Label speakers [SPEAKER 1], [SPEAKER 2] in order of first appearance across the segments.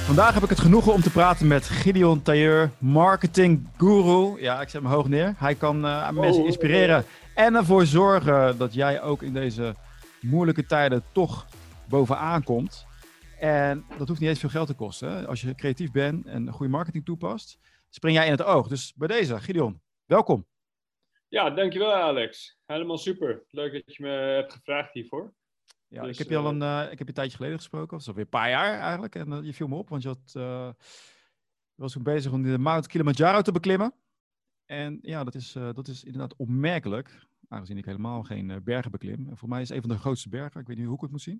[SPEAKER 1] Vandaag heb ik het genoegen om te praten met Gideon Tailleur, marketing guru. Ja, ik zet me hoog neer. Hij kan mensen inspireren en ervoor zorgen dat jij ook in deze moeilijke tijden toch bovenaan komt. En dat hoeft niet eens veel geld te kosten. Hè? Als je creatief bent en goede marketing toepast, spring jij in het oog. Dus bij deze, Gideon, welkom.
[SPEAKER 2] Ja, dankjewel Alex. Helemaal super. Leuk dat je me hebt gevraagd hiervoor.
[SPEAKER 1] Ja,
[SPEAKER 2] Dus,
[SPEAKER 1] ik heb je een tijdje geleden gesproken, dat is alweer een paar jaar eigenlijk. En je viel me op, want je was toen bezig om de Mount Kilimanjaro te beklimmen. En ja, dat is inderdaad opmerkelijk, aangezien ik helemaal geen bergen beklim. En voor mij is het een van de grootste bergen. Ik weet niet hoe ik het moet zien.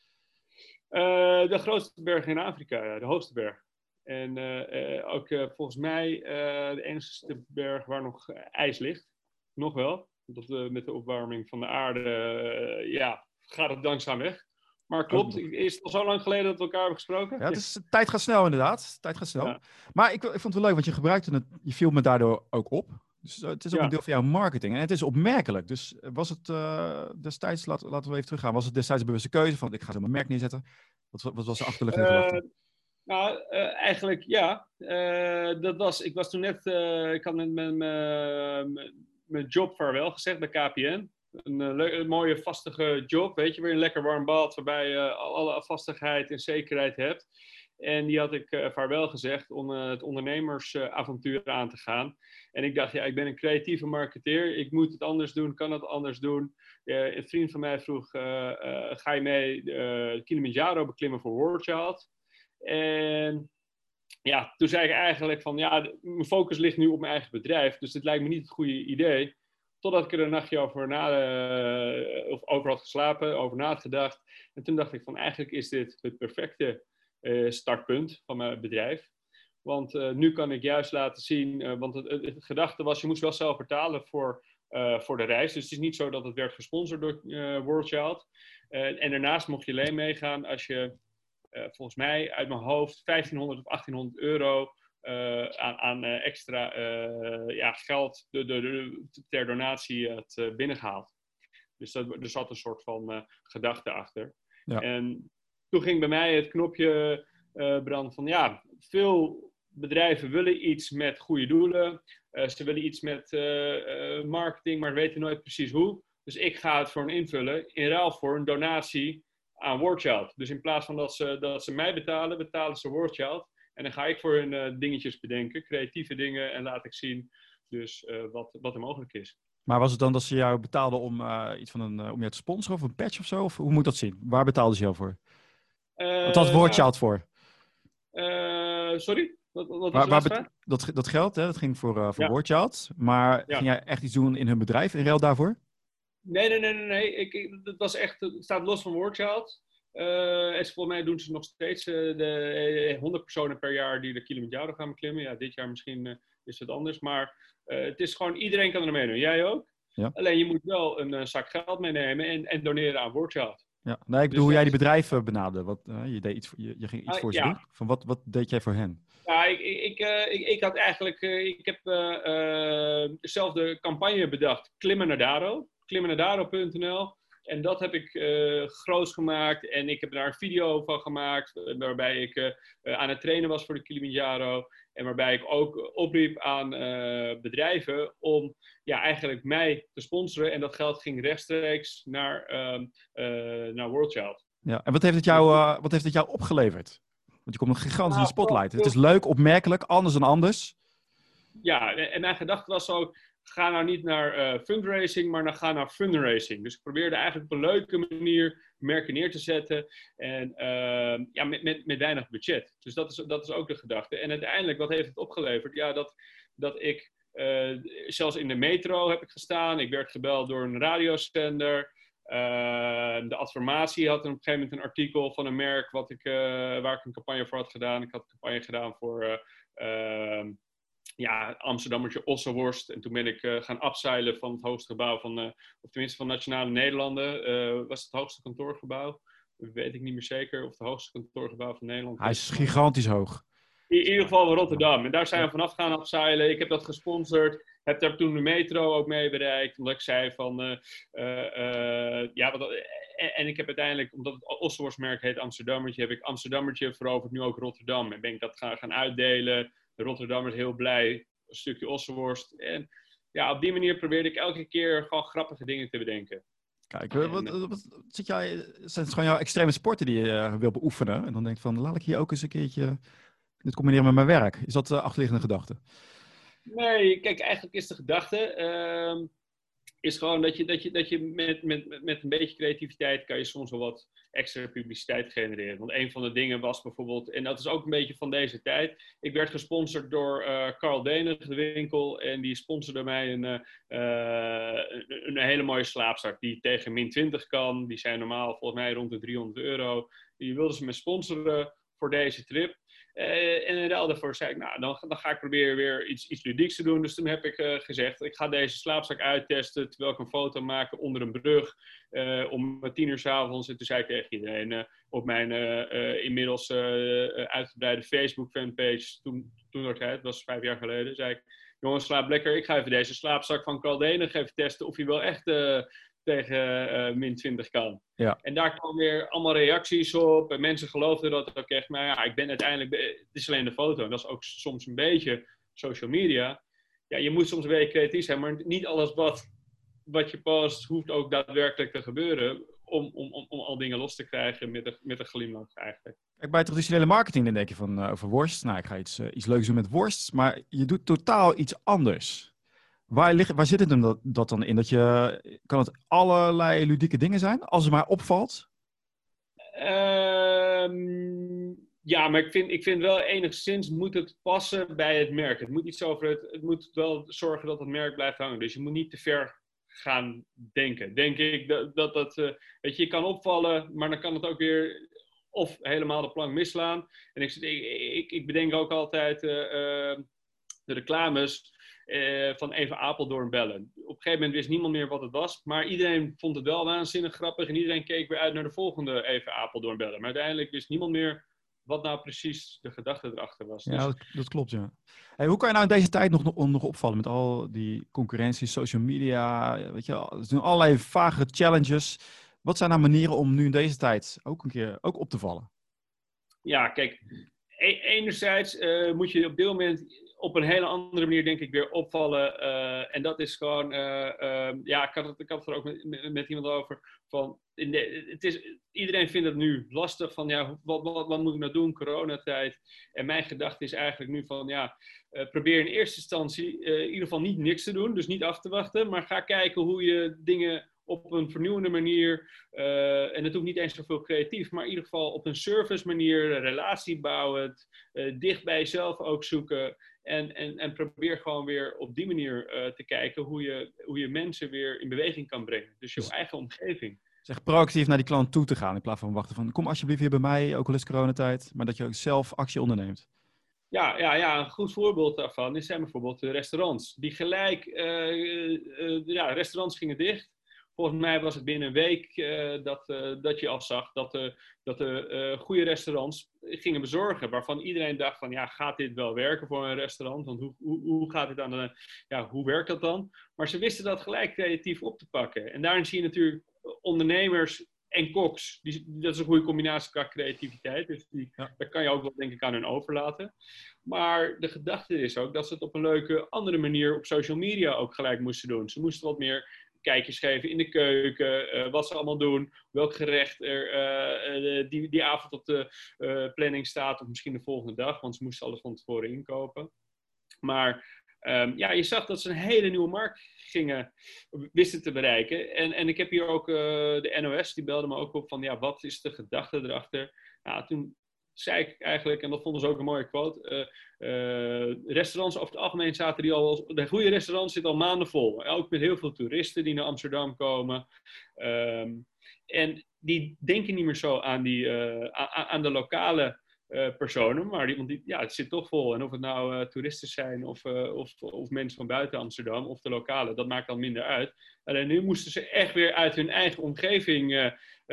[SPEAKER 2] de grootste berg in Afrika, ja, de hoogste berg. En ook volgens mij de enige berg waar nog ijs ligt. Nog wel. Want met de opwarming van de aarde gaat het langzaam weg. Maar klopt, is het al zo lang geleden dat we elkaar hebben gesproken?
[SPEAKER 1] Ja, tijd gaat snel inderdaad. Tijd gaat snel. Ja. Maar ik vond het wel leuk, want je gebruikte het, je viel me daardoor ook op. Dus het is ook een deel van jouw marketing. En het is opmerkelijk. Dus was het destijds, laten we even teruggaan, was het destijds een bewuste keuze van ik ga zo mijn merk neerzetten? Wat was de achterliggende gedachte?
[SPEAKER 2] Eigenlijk ja. Ik was toen net, ik had met mijn job vaarwel gezegd bij KPN. Een mooie vastige job, weet je, weer een lekker warm bad waarbij je alle vastigheid en zekerheid hebt. En die had ik vaarwel gezegd om het ondernemersavontuur aan te gaan. En ik dacht, ja, ik ben een creatieve marketeer. Ik moet het anders doen, kan het anders doen. Een vriend van mij vroeg, ga je mee Kilimanjaro beklimmen voor War Child? En ja, toen zei ik eigenlijk van, ja, mijn focus ligt nu op mijn eigen bedrijf. Dus dit lijkt me niet het goede idee. Totdat ik er een nachtje over had geslapen, over nagedacht. En toen dacht ik van, eigenlijk is dit het perfecte startpunt van mijn bedrijf. Want nu kan ik juist laten zien, want het gedachte was, je moest wel zelf betalen voor de reis. Dus het is niet zo dat het werd gesponsord door World Child. En daarnaast mocht je alleen meegaan als je, volgens mij uit mijn hoofd, 1500 of 1800 euro aan extra geld ter donatie had binnengehaald. Dus er zat een soort van gedachte achter. Ja. En toen ging bij mij het knopje branden van ja, veel bedrijven willen iets met goede doelen. Ze willen iets met marketing, maar weten nooit precies hoe. Dus ik ga het voor hen invullen in ruil voor een donatie aan War Child. Dus in plaats van dat ze mij betalen, betalen ze War Child. En dan ga ik voor hun dingetjes bedenken, creatieve dingen, en laat ik zien dus wat er mogelijk is.
[SPEAKER 1] Maar was het dan dat ze jou betaalden om iets van om je te sponsoren of een patch of zo? Of hoe moet dat zien? Waar betaalden ze jou voor? Wat had War Child voor?
[SPEAKER 2] Sorry? Wat was
[SPEAKER 1] dat geld, hè, dat ging voor War Child. Maar ging jij echt iets doen in hun bedrijf in ruil daarvoor?
[SPEAKER 2] Nee. Het was echt, het staat los van War Child. En volgens mij doen ze nog steeds de 100 personen per jaar die de Kilimanjaro gaan beklimmen. Ja, dit jaar misschien is het anders. Maar het is gewoon, iedereen kan er mee doen. Jij ook. Ja. Alleen je moet wel een zak geld meenemen en doneren aan War Child.
[SPEAKER 1] Ja, nee, ik bedoel hoe jij die bedrijven benaderde. Je deed iets, je ging iets voor ze doen. Van wat deed jij voor hen?
[SPEAKER 2] Ja, ik had eigenlijk, ik heb zelf de campagne bedacht. Klimmen naar Daro. Klimmennadaro.nl. En dat heb ik groots gemaakt. En ik heb daar een video van gemaakt. Waarbij ik aan het trainen was voor de Kilimanjaro. En waarbij ik ook opriep aan bedrijven om eigenlijk mij te sponsoren. En dat geld ging rechtstreeks naar World Child.
[SPEAKER 1] Ja, en wat heeft het jou opgeleverd? Want je komt nog gigantisch in de spotlight. Het is leuk, opmerkelijk, anders dan anders.
[SPEAKER 2] Ja, en mijn gedachte was ook, ga nou niet naar fundraising, maar ga naar fundraising. Dus ik probeerde eigenlijk op een leuke manier merken neer te zetten. En met weinig budget. Dus dat is ook de gedachte. En uiteindelijk, wat heeft het opgeleverd? Ja, dat ik zelfs in de metro heb ik gestaan. Ik werd gebeld door een radiozender. De Adformatie had op een gegeven moment een artikel van een merk waar ik een campagne voor had gedaan. Ik had een campagne gedaan voor Amsterdammertje Ossenworst. En toen ben ik gaan upseilen van het hoogste gebouw of tenminste van Nationale Nederlanden. Was het hoogste kantoorgebouw? Weet ik niet meer zeker of het hoogste kantoorgebouw van Nederland.
[SPEAKER 1] Hij is gigantisch hoog.
[SPEAKER 2] In ieder geval Rotterdam. En daar zijn we vanaf gaan upseilen. Ik heb dat gesponsord. Heb daar toen de metro ook mee bereikt. Omdat ik zei van... en ik heb uiteindelijk, omdat het Ossenworstmerk heet Amsterdammertje, heb ik Amsterdammertje veroverd, nu ook Rotterdam. En ben ik dat gaan uitdelen. De Rotterdammers heel blij, een stukje Ossenworst. En ja, op die manier probeerde ik elke keer gewoon grappige dingen te bedenken.
[SPEAKER 1] Kijk, zijn het gewoon jouw extreme sporten die je wil beoefenen? En dan denk je van, laat ik hier ook eens een keertje dit combineren met mijn werk. Is dat de achterliggende gedachte?
[SPEAKER 2] Nee, kijk, eigenlijk is de gedachte is gewoon dat je met een beetje creativiteit kan je soms wel wat extra publiciteit genereren. Want een van de dingen was bijvoorbeeld, en dat is ook een beetje van deze tijd, ik werd gesponsord door Carl Denig, de winkel, en die sponsorde mij een hele mooie slaapzak die tegen min 20 kan. Die zijn normaal volgens mij rond de €300. Die wilden ze me sponsoren voor deze trip. En in ruil daarvoor zei ik, nou, dan ga ik proberen weer iets ludieks te doen. Dus toen heb ik gezegd, ik ga deze slaapzak uittesten, terwijl ik een foto maak onder een brug om 10:00 s'avonds. En toen zei ik tegen iedereen op mijn inmiddels uitgebreide Facebook fanpage, toen het was 5 jaar geleden, zei ik, jongens, slaap lekker. Ik ga even deze slaapzak van Caldenig even testen of hij wel echt tegen min 20 kan.
[SPEAKER 1] Ja.
[SPEAKER 2] En daar kwamen weer allemaal reacties op. En mensen geloofden dat ook echt. Maar ja, ik ben uiteindelijk... Het is alleen de foto. En dat is ook soms een beetje social media. Ja, je moet soms een beetje creatief zijn. Maar niet alles wat je post hoeft ook daadwerkelijk te gebeuren. Om al dingen los te krijgen met een glimlach eigenlijk.
[SPEAKER 1] Kijk, bij traditionele marketing dan denk je van over worst. Nou, ik ga iets leuks doen met worst. Maar je doet totaal iets anders. Waar zit het hem dat dan in? Kan het allerlei ludieke dingen zijn, als het maar opvalt?
[SPEAKER 2] Ja, maar ik vind wel enigszins moet het passen bij het merk. Het moet iets over het moet wel zorgen dat het merk blijft hangen. Dus je moet niet te ver gaan denken. Denk ik weet je kan opvallen, maar dan kan het ook weer of helemaal de plank misslaan. En ik bedenk ook altijd de reclames van even Apeldoorn bellen. Op een gegeven moment wist niemand meer wat het was, maar iedereen vond het wel waanzinnig grappig en iedereen keek weer uit naar de volgende even Apeldoorn bellen. Maar uiteindelijk wist niemand meer wat nou precies de gedachte erachter was.
[SPEAKER 1] Ja, dat klopt, ja. Hey, hoe kan je nou in deze tijd nog opvallen met al die concurrentie, social media, weet je, er zijn allerlei vage challenges. Wat zijn nou manieren om nu in deze tijd ook op te vallen? Ja,
[SPEAKER 2] kijk, enerzijds moet je op dit moment op een hele andere manier, denk ik, weer opvallen. En dat is gewoon... ik had het er ook met iemand over. Van, iedereen vindt het nu lastig. Van, ja, wat moet ik nou doen? Coronatijd. En mijn gedachte is eigenlijk nu van... probeer in eerste instantie in ieder geval niet niks te doen. Dus niet af te wachten. Maar ga kijken hoe je dingen op een vernieuwende manier... en het hoeft niet eens zoveel creatief... maar in ieder geval op een service manier... relatie bouwend... dicht bij jezelf ook zoeken... En probeer gewoon weer op die manier te kijken hoe je mensen weer in beweging kan brengen. Dus je eigen omgeving.
[SPEAKER 1] Zeg proactief naar die klant toe te gaan in plaats van wachten van kom alsjeblieft hier bij mij, ook al is coronatijd. Maar dat je ook zelf actie onderneemt.
[SPEAKER 2] Ja, een goed voorbeeld daarvan zijn bijvoorbeeld de restaurants. Die gelijk, restaurants gingen dicht. Volgens mij was het binnen een week dat je al zag dat de goede restaurants gingen bezorgen. Waarvan iedereen dacht van, ja, gaat dit wel werken voor een restaurant? Want hoe gaat dit aan hoe werkt dat dan? Maar ze wisten dat gelijk creatief op te pakken. En daarin zie je natuurlijk ondernemers en koks. Dat is een goede combinatie qua creativiteit. Dus daar kan je ook wel, denk ik, aan hun overlaten. Maar de gedachte is ook dat ze het op een leuke andere manier op social media ook gelijk moesten doen. Ze moesten wat meer kijkjes geven in de keuken, wat ze allemaal doen, welk gerecht er die avond op de planning staat, of misschien de volgende dag, want ze moesten alles van tevoren inkopen. Maar je zag dat ze een hele nieuwe markt wisten te bereiken. En ik heb hier ook de NOS, die belde me ook op van, ja, wat is de gedachte erachter? Nou, toen zei ik eigenlijk, en dat vonden ze ook een mooie quote, restaurants over het algemeen zaten de goede restaurants zitten al maanden vol. Ook met heel veel toeristen die naar Amsterdam komen. En die denken niet meer zo aan aan de lokale personen, maar het zit toch vol. En of het nou toeristen zijn of mensen van buiten Amsterdam of de lokale, dat maakt dan minder uit. Alleen nu moesten ze echt weer uit hun eigen omgeving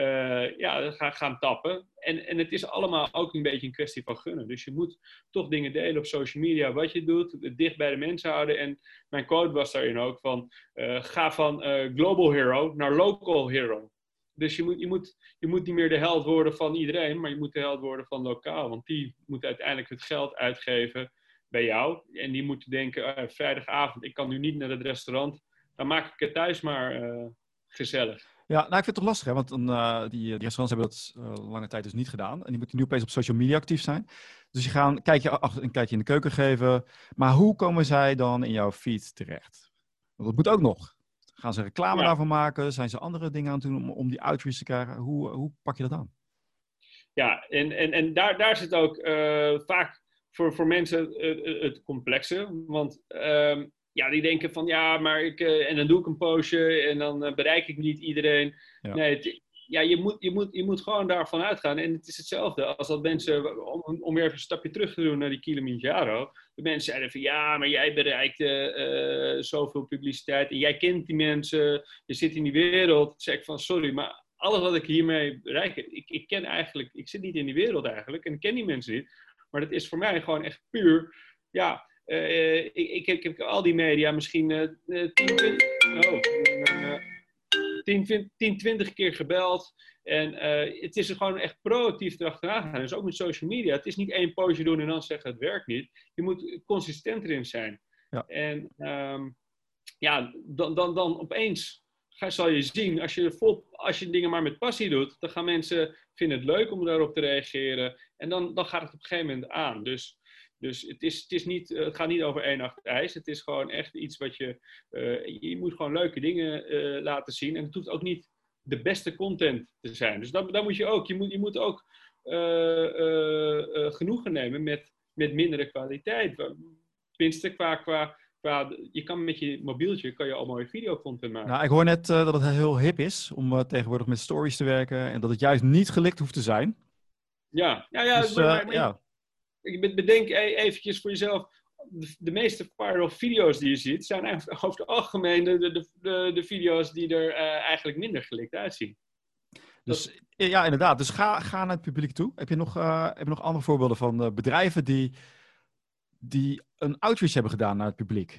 [SPEAKER 2] gaan tappen. En het is allemaal ook een beetje een kwestie van gunnen. Dus je moet toch dingen delen op social media, wat je doet, het dicht bij de mensen houden. En mijn quote was daarin ook van, ga van global hero naar local hero. Dus je moet niet meer de held worden van iedereen, maar je moet de held worden van lokaal. Want die moet uiteindelijk het geld uitgeven bij jou. En die moeten denken, vrijdagavond, ik kan nu niet naar het restaurant. Dan maak ik het thuis maar gezellig.
[SPEAKER 1] Ja, nou, ik vind het toch lastig, hè? Want die restaurants hebben dat lange tijd dus niet gedaan. En die moeten nu opeens op social media actief zijn. Dus een kijkje in de keuken geven. Maar hoe komen zij dan in jouw feed terecht? Want dat moet ook nog. Gaan ze reclame daarvan maken? Zijn ze andere dingen aan het doen om die outreach te krijgen? Hoe pak je dat aan?
[SPEAKER 2] Ja, en daar zit ook vaak voor mensen het complexe. Want die denken van ja, maar en dan doe ik een postje en dan bereik ik niet iedereen. Ja. Nee, je moet gewoon daarvan uitgaan. En het is hetzelfde als dat mensen, om weer even een stapje terug te doen naar die Kilimanjaro. De mensen zeiden van ja, maar jij bereikt zoveel publiciteit en jij kent die mensen, je zit in die wereld. Dan zeg ik van sorry, maar alles wat ik hiermee bereik, ik zit niet in die wereld eigenlijk en ik ken die mensen niet. Maar dat is voor mij gewoon echt puur, ja, ik heb al die media misschien 10, 20 keer gebeld. En het is er gewoon echt proactief erachteraan gaan. Dus ook met social media. Het is niet één postje doen en dan zeggen het werkt niet. Je moet consistent erin zijn. Ja. En dan opeens zal je zien, als je dingen maar met passie doet, dan gaan mensen vinden het leuk om daarop te reageren. En dan gaat het op een gegeven moment aan. Dus het gaat niet over één nacht ijs. Het is gewoon echt iets wat je moet gewoon leuke dingen laten zien. En het hoeft ook niet de beste content te zijn. Dus dan moet je moet ook genoegen nemen met mindere kwaliteit. Tenminste, qua je kan met je mobieltje al mooie videocontent maken.
[SPEAKER 1] Nou, ik hoor net dat het heel hip is om tegenwoordig met stories te werken. En dat het juist niet gelikt hoeft te zijn.
[SPEAKER 2] Ja. Bedenk eventjes voor jezelf. De meeste viral video's die je ziet, zijn eigenlijk over het algemeen de video's die er eigenlijk minder gelikt uitzien.
[SPEAKER 1] Dus ja, inderdaad. Dus ga naar het publiek toe. Heb je nog andere voorbeelden van bedrijven die een outreach hebben gedaan naar het publiek?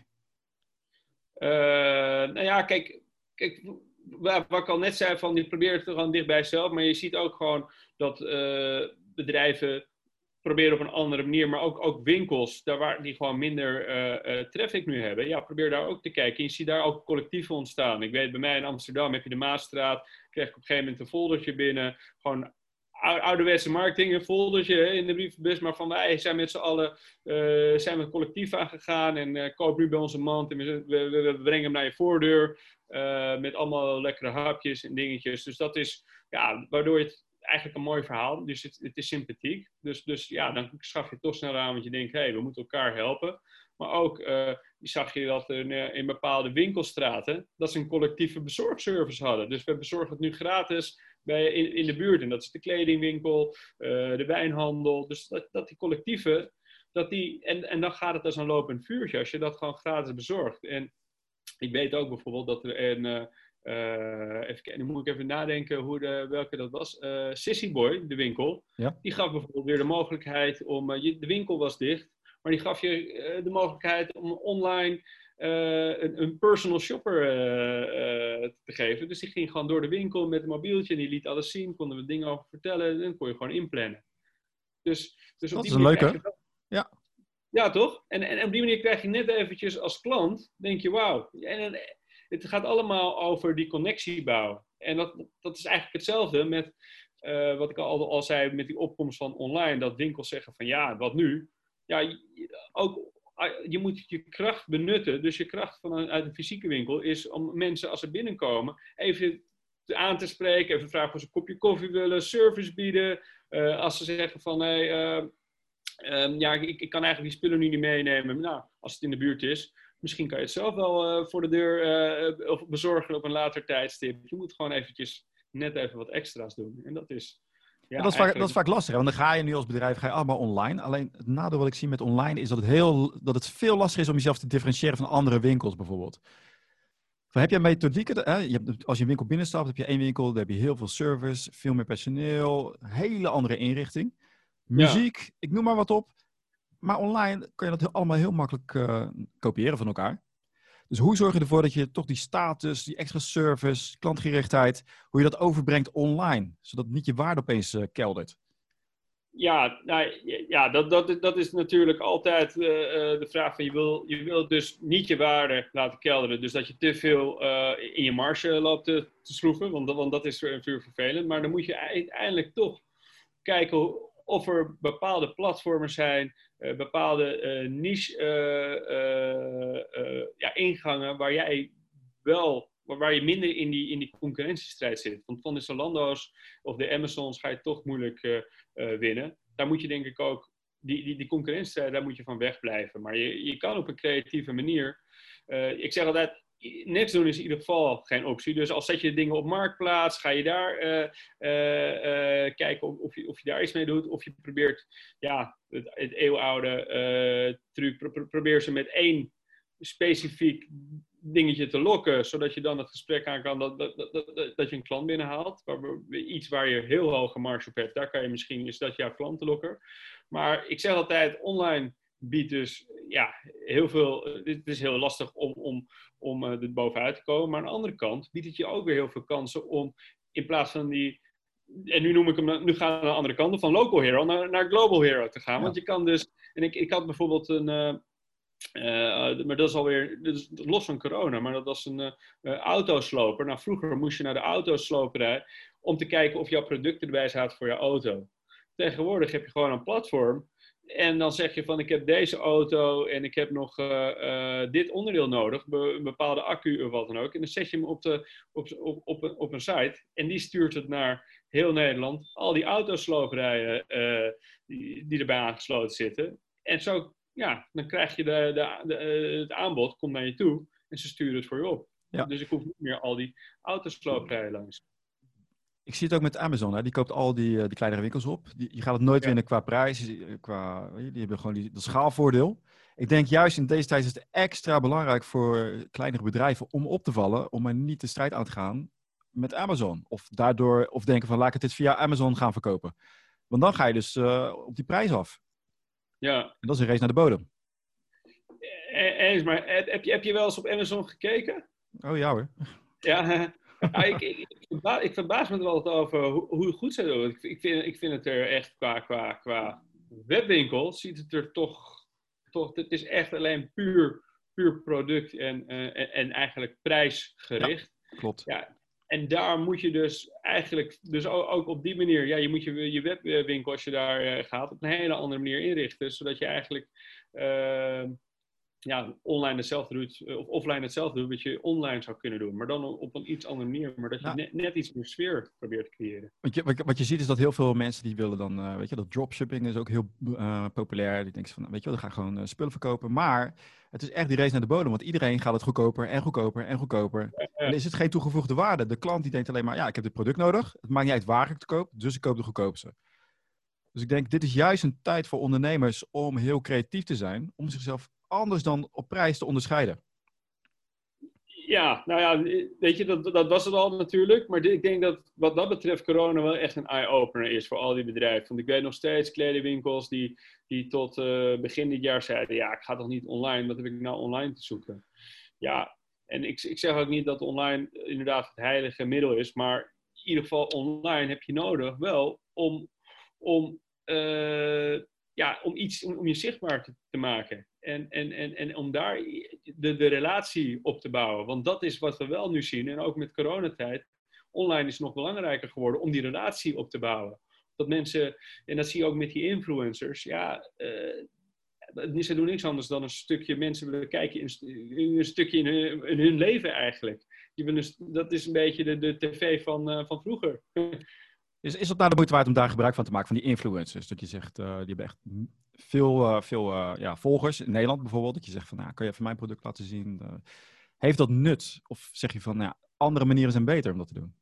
[SPEAKER 2] Kijk, wat ik al net zei, die proberen het gewoon dicht bij jezelf. Maar je ziet ook gewoon dat bedrijven proberen op een andere manier, maar ook winkels, die gewoon minder traffic nu hebben. Ja, probeer daar ook te kijken. Je ziet daar ook collectieven ontstaan. Ik weet, bij mij in Amsterdam heb je de Maasstraat, kreeg ik op een gegeven moment een foldertje binnen, gewoon ouderwetse marketing, een foldertje in de brievenbus, maar van wij zijn met z'n allen zijn we het collectief aangegaan en koop nu bij onze mand en we brengen hem naar je voordeur met allemaal lekkere hapjes en dingetjes. Dus dat is, ja, waardoor je het eigenlijk een mooi verhaal, dus het is sympathiek. Dus ja, dan schaf je het toch snel aan, want je denkt, hé, we moeten elkaar helpen. Maar ook zag je dat in bepaalde winkelstraten, dat ze een collectieve bezorgservice hadden. Dus we bezorgen het nu gratis in de buurt. En dat is de kledingwinkel, de wijnhandel. Dus dat die collectieven, en dan gaat het als een lopend vuurtje, als je dat gewoon gratis bezorgt. En ik weet ook bijvoorbeeld dat er nu moet ik even nadenken welke dat was. Sissy Boy, de winkel, ja. Die gaf bijvoorbeeld weer de mogelijkheid om, de winkel was dicht, maar die gaf je de mogelijkheid om online een personal shopper te geven. Dus die ging gewoon door de winkel met een mobieltje en die liet alles zien, konden we dingen over vertellen en dan kon je gewoon inplannen. Dus
[SPEAKER 1] dat is een leuke. Ja.
[SPEAKER 2] Ja, toch? En op die manier krijg je net eventjes als klant, denk je, wauw. En het gaat allemaal over die connectie bouwen. En dat is eigenlijk hetzelfde met wat ik al zei met die opkomst van online. Dat winkels zeggen van ja, wat nu? Ja, je moet je kracht benutten. Dus je kracht uit een fysieke winkel is om mensen als ze binnenkomen even aan te spreken. Even vragen of ze een kopje koffie willen, service bieden. Als ze zeggen van ik kan eigenlijk die spullen nu niet meenemen. Nou, als het in de buurt is. Misschien kan je het zelf wel voor de deur of bezorgen op een later tijdstip. Je moet gewoon eventjes net even wat extra's doen. En dat is... Ja,
[SPEAKER 1] dat is vaak lastig, hè? Want dan ga je nu als bedrijf allemaal online. Alleen het nadeel wat ik zie met online is dat het veel lastiger is om jezelf te differentiëren van andere winkels bijvoorbeeld. Heb je methodieken? Als je een winkel binnenstapt, heb je één winkel, daar heb je heel veel service, veel meer personeel, hele andere inrichting. Muziek, ik noem maar wat op. Maar online kan je dat allemaal heel makkelijk kopiëren van elkaar. Dus hoe zorg je ervoor dat je toch die status, die extra service, klantgerichtheid, hoe je dat overbrengt online, zodat niet je waarde opeens keldert?
[SPEAKER 2] Ja, nou, ja dat is natuurlijk altijd de vraag van je wil dus niet je waarde laten kelderen. Dus dat je te veel in je marge loopt te schroeven, want dat is natuurlijk vervelend. Maar dan moet je uiteindelijk toch kijken of er bepaalde platformen zijn, bepaalde niche ingangen waar je minder in die concurrentiestrijd zit. Want van de Zalando's of de Amazons ga je toch moeilijk winnen. Daar moet je denk ik ook, die concurrentiestrijd, daar moet je van wegblijven. Maar je kan op een creatieve manier, ik zeg altijd, niks doen is in ieder geval geen optie. Dus als zet je dingen op marktplaats, ga je daar kijken of je daar iets mee doet. Of je probeert het eeuwenoude truc, probeer ze met één specifiek dingetje te lokken, zodat je dan het gesprek aan kan dat je een klant binnenhaalt. Iets waar je heel hoge marge op hebt, daar kan je misschien, is dat jouw klantenlokker. Maar ik zeg altijd, online biedt dus heel veel, het is heel lastig om er bovenuit te komen. Maar aan de andere kant biedt het je ook weer heel veel kansen om in plaats van die, en nu noem ik hem, nu gaan we naar de andere kant, van local hero naar global hero te gaan. Ja. Want je kan dus, en ik had bijvoorbeeld maar dat is alweer los van corona, maar dat was een autosloper. Nou, vroeger moest je naar de autosloperij om te kijken of jouw producten erbij zaten voor je auto. Tegenwoordig heb je gewoon een platform en dan zeg je van ik heb deze auto en ik heb nog dit onderdeel nodig, een bepaalde accu of wat dan ook. En dan zet je hem op een site en die stuurt het naar heel Nederland. Al die autosloperijen die erbij aangesloten zitten. En zo, dan krijg je het aanbod, komt naar je toe en ze sturen het voor je op. Ja. Dus ik hoef niet meer al die autosloperijen langs.
[SPEAKER 1] Ik zie het ook met Amazon. Hè? Die koopt al die kleinere winkels op. Je gaat het nooit winnen qua prijs. Die hebben gewoon dat schaalvoordeel. Ik denk juist in deze tijd is het extra belangrijk voor kleinere bedrijven om op te vallen. Om maar niet de strijd aan te gaan met Amazon. Of denken van laat ik het via Amazon gaan verkopen. Want dan ga je dus op die prijs af. Ja. En dat is een race naar de bodem.
[SPEAKER 2] Eens, maar heb je wel eens op Amazon gekeken?
[SPEAKER 1] Oh ja hoor.
[SPEAKER 2] Ja, ik verbaas me er altijd over hoe goed ze doen. Ik vind het er echt qua webwinkel ziet het er toch het is echt alleen puur product en eigenlijk prijsgericht.
[SPEAKER 1] Ja, klopt.
[SPEAKER 2] Ja, en daar moet je dus eigenlijk, dus ook op die manier, je moet je webwinkel als je daar gaat op een hele andere manier inrichten, zodat je eigenlijk online hetzelfde doet, of offline hetzelfde doet, wat je online zou kunnen doen. Maar dan op een iets andere manier, maar dat je net iets meer sfeer probeert te creëren.
[SPEAKER 1] Wat je ziet is dat heel veel mensen die willen dan, dat dropshipping is ook heel populair. Die denken van, dan ga ik gewoon spullen verkopen. Maar het is echt die race naar de bodem, want iedereen gaat het goedkoper en goedkoper en goedkoper. En dan is het geen toegevoegde waarde. De klant die denkt alleen maar, ik heb dit product nodig. Het maakt niet uit waar ik het koop, dus ik koop de goedkoopste. Dus ik denk, dit is juist een tijd voor ondernemers om heel creatief te zijn, om zichzelf anders dan op prijs te onderscheiden.
[SPEAKER 2] Ja, nou ja, weet je, dat was het al natuurlijk. Maar ik denk dat wat dat betreft corona wel echt een eye-opener is voor al die bedrijven. Want ik weet nog steeds kledingwinkels die tot begin dit jaar zeiden, ik ga toch niet online, wat heb ik nou online te zoeken? Ja, en ik zeg ook niet dat online inderdaad het heilige middel is, maar in ieder geval online heb je nodig wel om je zichtbaar te maken. En om daar de relatie op te bouwen. Want dat is wat we wel nu zien. En ook met coronatijd. Online is nog belangrijker geworden om die relatie op te bouwen. Dat mensen, en dat zie je ook met die influencers. Ze doen niks anders dan een stukje mensen willen kijken. Een stukje in hun leven eigenlijk. Dat is een beetje de tv van vroeger.
[SPEAKER 1] Is het nou de moeite waard om daar gebruik van te maken, van die influencers? Dat je zegt, die hebben echt veel volgers. In Nederland bijvoorbeeld, dat je zegt van, kan je even mijn product laten zien? Heeft dat nut? Of zeg je van, andere manieren zijn beter om dat te doen?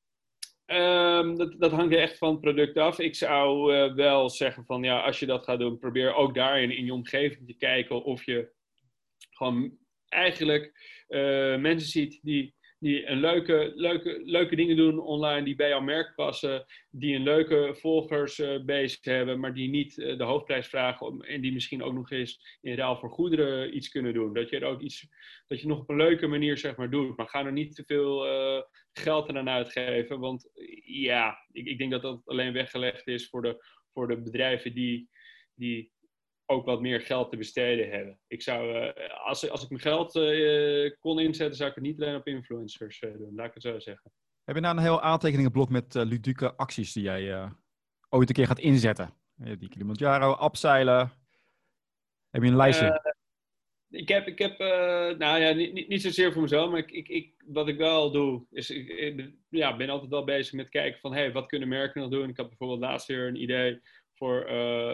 [SPEAKER 2] Dat hangt echt van het product af. Ik zou wel zeggen van, als je dat gaat doen, probeer ook daarin in je omgeving te kijken of je gewoon eigenlijk mensen ziet die een leuke dingen doen online die bij jouw merk passen, die een leuke volgersbase hebben, maar die niet de hoofdprijs vragen en die misschien ook nog eens in ruil voor goederen iets kunnen doen. Dat je er ook dat je nog op een leuke manier zeg maar doet, maar ga er niet te veel geld eraan uitgeven, want ja, ik denk dat dat alleen weggelegd is voor de bedrijven die ook wat meer geld te besteden hebben. Ik zou, als ik mijn geld kon inzetten, zou ik het niet alleen op influencers doen. Laat ik het zo zeggen.
[SPEAKER 1] Heb je nou een heel aantekeningenblok met ludieke acties die jij ooit een keer gaat inzetten? Die Kilimanjaro, abseilen. Heb je een lijstje?
[SPEAKER 2] Ik heb nou ja, niet zozeer voor mezelf, maar wat ik wel doe, is ben altijd wel bezig met kijken van, hey, wat kunnen merken nog doen? Ik had bijvoorbeeld laatst weer een idee voor,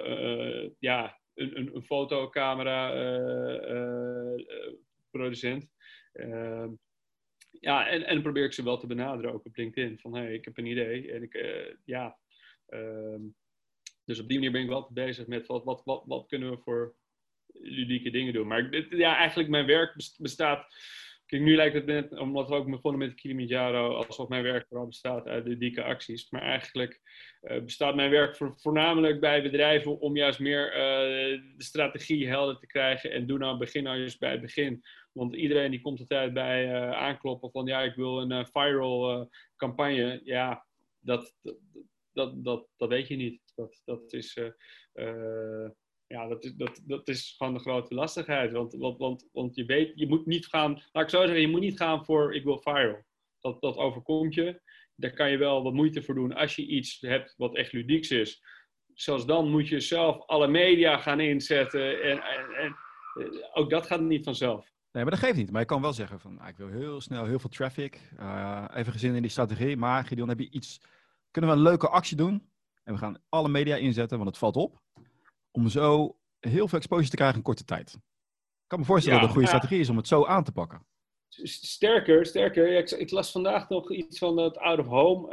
[SPEAKER 2] een fotocamera producent. En dan probeer ik ze wel te benaderen, ook op LinkedIn. Van, hey, ik heb een idee. En dus op die manier ben ik wel bezig met wat kunnen we voor ludieke dingen doen. Maar eigenlijk mijn werk bestaat... Kijk, nu lijkt het net, omdat we ook begonnen met Kilimanjaro, alsof mijn werk vooral bestaat uit ludieke acties. Maar eigenlijk bestaat mijn werk voornamelijk bij bedrijven om juist meer de strategie helder te krijgen. En begin nou juist bij het begin. Want iedereen die komt altijd bij aankloppen van, ja, ik wil een viral campagne. Ja, dat weet je niet. Dat is gewoon de grote lastigheid. Want je weet, je moet niet gaan... Laat ik zo zeggen, je moet niet gaan voor ik wil viral. Dat overkomt je. Daar kan je wel wat moeite voor doen als je iets hebt wat echt ludieks is. Zelfs dan moet je zelf alle media gaan inzetten. En ook dat gaat niet vanzelf.
[SPEAKER 1] Nee, maar dat geeft niet. Maar je kan wel zeggen van, ik wil heel snel heel veel traffic. Even gezin in die strategie. Maar Gideon, kunnen we een leuke actie doen? En we gaan alle media inzetten, want het valt op. Om zo heel veel exposure te krijgen in korte tijd. Ik kan me voorstellen dat het een goede strategie is om het zo aan te pakken.
[SPEAKER 2] Sterker. Ja, ik las vandaag nog iets van het out of home.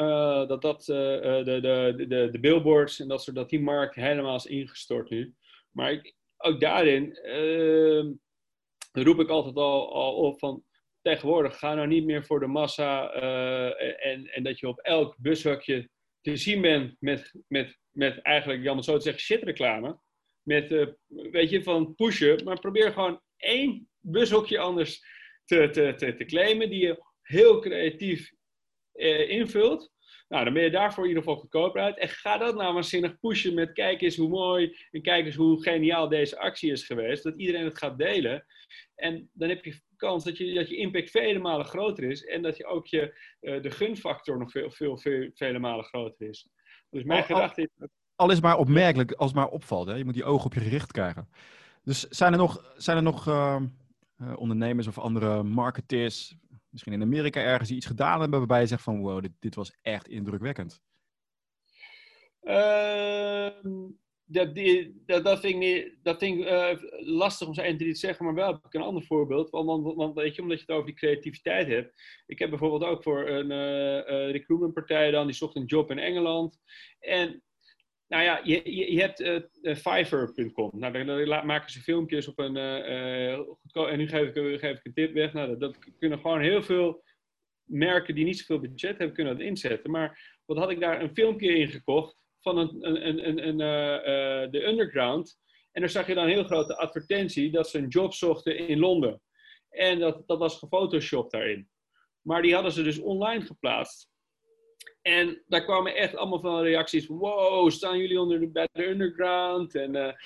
[SPEAKER 2] De billboards en dat die markt helemaal is ingestort nu. Maar ook daarin roep ik altijd al op van... Tegenwoordig ga nou niet meer voor de massa en dat je op elk bushokje te zien bent met eigenlijk, jammer zo te zeggen, shitreclame. Met, van pushen. Maar probeer gewoon 1 bushokje anders te claimen die je heel creatief invult. Nou, dan ben je daarvoor in ieder geval goedkoper uit. En ga dat nou waanzinnig pushen met kijk eens hoe mooi en kijk eens hoe geniaal deze actie is geweest. Dat iedereen het gaat delen. En dan heb je kans dat je impact vele malen groter is. En dat je ook de gunfactor nog vele malen groter is. Dus mijn gedachte is...
[SPEAKER 1] Al is maar opmerkelijk als het maar opvalt. Hè? Je moet die ogen op je gericht krijgen. Dus zijn er nog ondernemers of andere marketeers, misschien in Amerika ergens, die iets gedaan hebben waarbij je zegt van wow, dit was echt indrukwekkend?
[SPEAKER 2] Dat vind ik lastig om zo 1, 3 te zeggen, maar wel heb ik een ander voorbeeld. Want weet je, omdat je het over die creativiteit hebt. Ik heb bijvoorbeeld ook voor een recruitmentpartij dan, die zocht een job in Engeland. En nou ja, je hebt Fiverr.com. Nou, daar maken ze filmpjes op een en nu geef ik een tip weg. Nou, dat kunnen gewoon heel veel merken die niet zoveel budget hebben, kunnen dat inzetten. Maar wat had ik daar een filmpje in gekocht van de Underground. En daar zag je dan een heel grote advertentie dat ze een job zochten in Londen. En dat was gefotoshopt daarin. Maar die hadden ze dus online geplaatst. En daar kwamen echt allemaal van reacties van wow, staan jullie bij de Underground?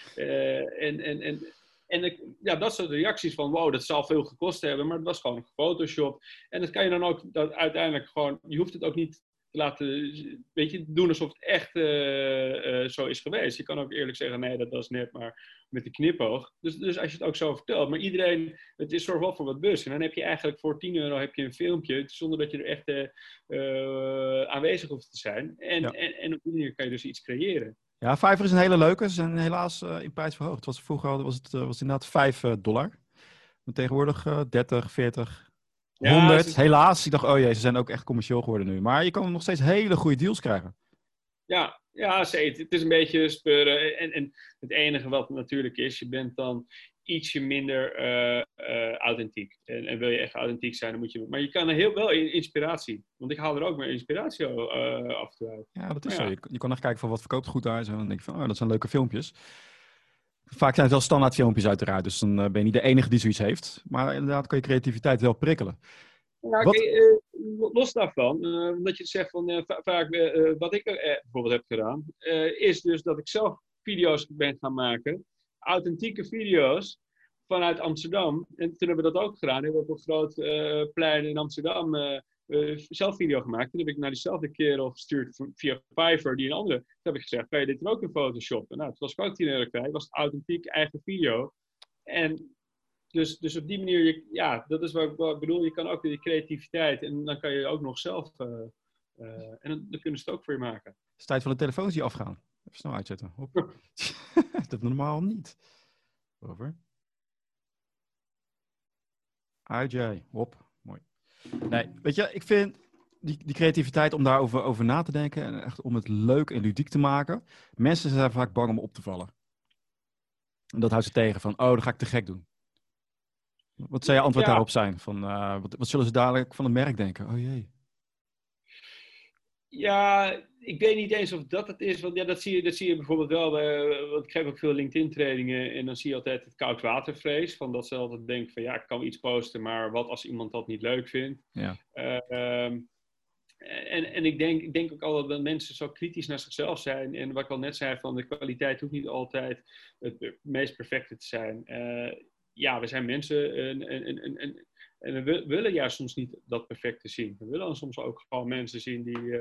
[SPEAKER 2] En dat soort reacties van wow, dat zal veel gekost hebben, maar het was gewoon gefotoshopt. En dat kan je dan ook uiteindelijk gewoon, je hoeft het ook niet te laten, doen alsof het echt zo is geweest. Je kan ook eerlijk zeggen, nee, dat was net maar met de knipoog. Dus als je het ook zo vertelt. Maar iedereen, het is zorg wel voor wat bus. En dan heb je eigenlijk voor €10 heb je een filmpje, zonder dat je er echt aanwezig hoeft te zijn. En op die manier kan je dus iets creëren.
[SPEAKER 1] Ja, Fiverr is een hele leuke. Ze zijn helaas in prijs verhoogd. Vroeger was het inderdaad $5. Maar tegenwoordig 30, 40, 100. Ja, helaas. Ik dacht, oh jee, ze zijn ook echt commercieel geworden nu. Maar je kan nog steeds hele goede deals krijgen.
[SPEAKER 2] Ja, zeker. Het is een beetje speuren. En het enige wat natuurlijk is, je bent dan ietsje minder authentiek. En wil je echt authentiek zijn, dan moet je... Maar je kan er heel wel inspiratie. Want ik haal er ook meer inspiratie af en toe uit.
[SPEAKER 1] Ja, dat is
[SPEAKER 2] Maar
[SPEAKER 1] zo.
[SPEAKER 2] ja.
[SPEAKER 1] Je kan echt kijken van wat verkoopt goed daar. Zo. En dan denk je van, dat zijn leuke filmpjes. Vaak zijn het wel standaard filmpjes uiteraard. Dus dan ben je niet de enige die zoiets heeft. Maar inderdaad kan je creativiteit wel prikkelen.
[SPEAKER 2] Nou,
[SPEAKER 1] Wat?
[SPEAKER 2] los daarvan, omdat je zegt van vaak wat ik bijvoorbeeld heb gedaan, is dus dat ik zelf video's ben gaan maken, authentieke video's vanuit Amsterdam. En toen hebben we dat ook gedaan. We hebben op een groot plein in Amsterdam zelf video gemaakt. Toen heb ik naar diezelfde kerel gestuurd via Fiverr, die een andere. Toen heb ik gezegd, kan je dit er ook in Photoshop? Nou, toen was ik ook 10 euro kwijt. Het was een authentiek eigen video. En dus op die manier, dat is wat ik bedoel. Je kan ook die creativiteit en dan kan je ook nog zelf... en dan kunnen ze het ook voor je maken.
[SPEAKER 1] Het is tijd van de telefoons die afgaan. Even snel uitzetten. Hop. Dat normaal niet. Over. IJ. Hop. Mooi. Nee, weet je, ik vind die creativiteit om daarover over na te denken en echt om het leuk en ludiek te maken. Mensen zijn vaak bang om op te vallen. En dat houdt ze tegen van, dan ga ik te gek doen. Wat zou je antwoord daarop zijn? Van, wat zullen ze dadelijk van het merk denken? Oh jee.
[SPEAKER 2] Ja, ik weet niet eens of dat het is. Want dat zie je bijvoorbeeld wel. Want ik geef ook veel LinkedIn-trainingen. En dan zie je altijd het koudwatervrees. Van dat ze altijd denken van ik kan iets posten. Maar wat als iemand dat niet leuk vindt?
[SPEAKER 1] Ja.
[SPEAKER 2] En ik denk ook altijd dat mensen zo kritisch naar zichzelf zijn. En wat ik al net zei, van de kwaliteit hoeft niet altijd het meest perfecte te zijn. We zijn mensen en we willen juist soms niet dat perfecte zien. We willen soms ook gewoon mensen zien die...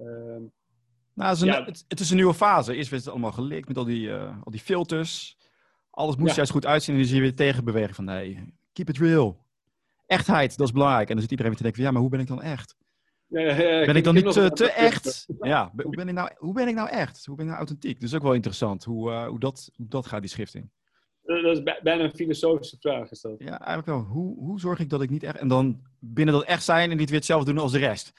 [SPEAKER 1] het is een nieuwe fase. Eerst werd het allemaal gelikt met al die filters. Alles moest juist goed uitzien. En dan zie je weer tegenbeweging van nee, keep it real. Echtheid, dat is belangrijk. En dan zit iedereen weer te denken van maar hoe ben ik dan echt? Ben ik dan niet te echt? Ja, hoe ben ik nou echt? Hoe ben ik nou authentiek? Dat is ook wel interessant. Hoe dat gaat, die schrift in.
[SPEAKER 2] Dat is bijna een filosofische vraag, is dat.
[SPEAKER 1] Ja, eigenlijk wel. Hoe zorg ik dat ik niet echt... En dan binnen dat echt zijn en niet weer hetzelfde doen als de rest.